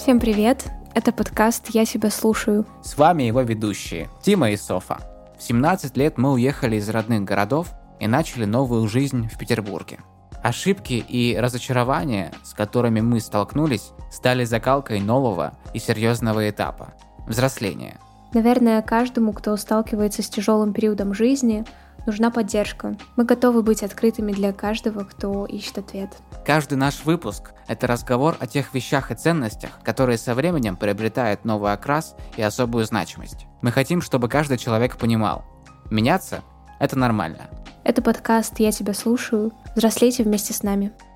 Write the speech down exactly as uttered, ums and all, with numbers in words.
Всем привет! Это подкаст «Я тебя слушаю». С вами его ведущие Тима и Софа. В семнадцать лет мы уехали из родных городов и начали новую жизнь в Петербурге. Ошибки и разочарования, с которыми мы столкнулись, стали закалкой нового и серьезного этапа – взросления. Наверное, каждому, кто сталкивается с тяжелым периодом жизни, нужна поддержка. Мы готовы быть открытыми для каждого, кто ищет ответ. Каждый наш выпуск – это разговор о тех вещах и ценностях, которые со временем приобретают новый окрас и особую значимость. Мы хотим, чтобы каждый человек понимал – меняться – это нормально. Это подкаст «Я тебя слушаю». Взрослейте вместе с нами.